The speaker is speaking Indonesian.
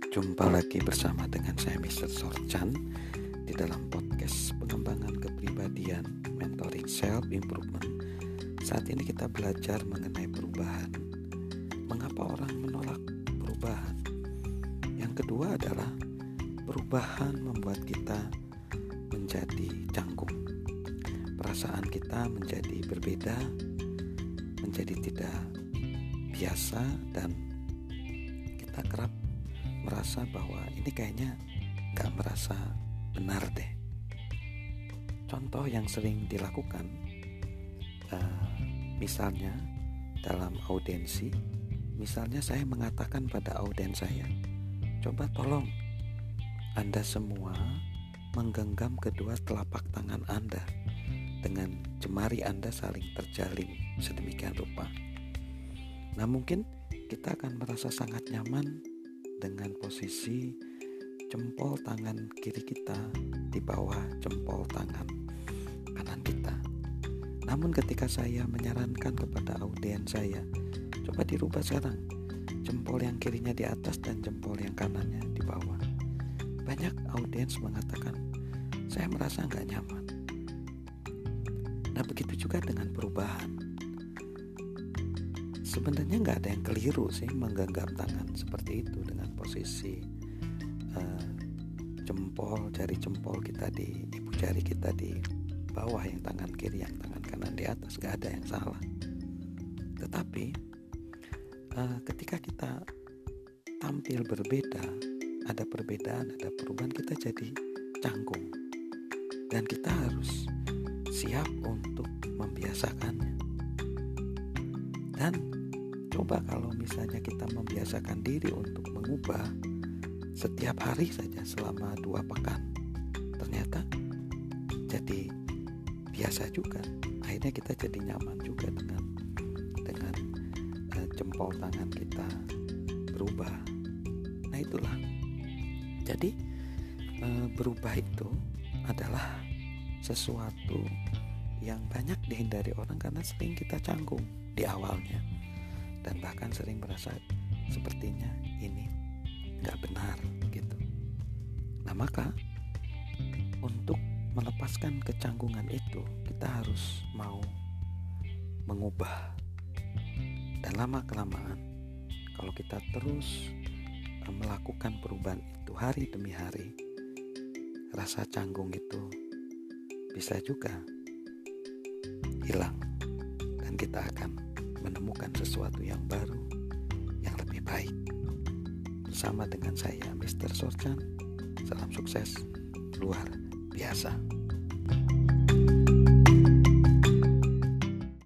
Jumpa lagi bersama dengan saya Mr. Sorchan di dalam podcast pengembangan kepribadian, mentoring self improvement. Saat ini kita belajar mengenai perubahan. Mengapa orang menolak perubahan? Yang kedua adalah perubahan membuat kita menjadi canggung. Perasaan kita menjadi berbeda, menjadi tidak biasa, dan kita kerap merasa bahwa ini kayaknya gak merasa benar deh. Contoh yang sering dilakukan, misalnya dalam audiensi, misalnya saya mengatakan pada audiens saya, coba tolong Anda semua menggenggam kedua telapak tangan Anda dengan jemari Anda saling terjalin sedemikian rupa. Nah, mungkin kita akan merasa sangat nyaman dengan posisi jempol tangan kiri kita di bawah jempol tangan kanan kita. Namun ketika saya menyarankan kepada audiens saya, coba dirubah sekarang, jempol yang kirinya di atas dan jempol yang kanannya di bawah. Banyak audiens mengatakan, saya merasa gak nyaman. Nah, begitu juga dengan perubahan. Sebenarnya gak ada yang keliru sih menggenggam tangan seperti itu dengan posisi jari jempol kita di ibu jari kita di bawah, yang tangan kiri, yang tangan kanan di atas. Gak ada yang salah. Tetapi ketika kita tampil berbeda, ada perbedaan, ada perubahan, kita jadi canggung. Dan kita harus siap untuk membiasakannya. Dan coba kalau misalnya kita membiasakan diri untuk mengubah setiap hari saja selama 2 pekan, ternyata jadi biasa juga. Akhirnya kita jadi nyaman juga dengan jempol tangan kita berubah. Nah, itulah. Jadi berubah itu adalah sesuatu yang banyak dihindari orang karena sering kita canggung di awalnya, dan bahkan sering merasa sepertinya ini gak benar gitu. Nah, maka untuk melepaskan kecanggungan itu, kita harus mau mengubah. Dan lama-kelamaan, kalau kita terus melakukan perubahan itu hari demi hari, rasa canggung itu bisa juga hilang, dan kita akan menemukan sesuatu yang baru, yang lebih baik. Bersama dengan saya, Mr. Sorchan, salam sukses luar biasa.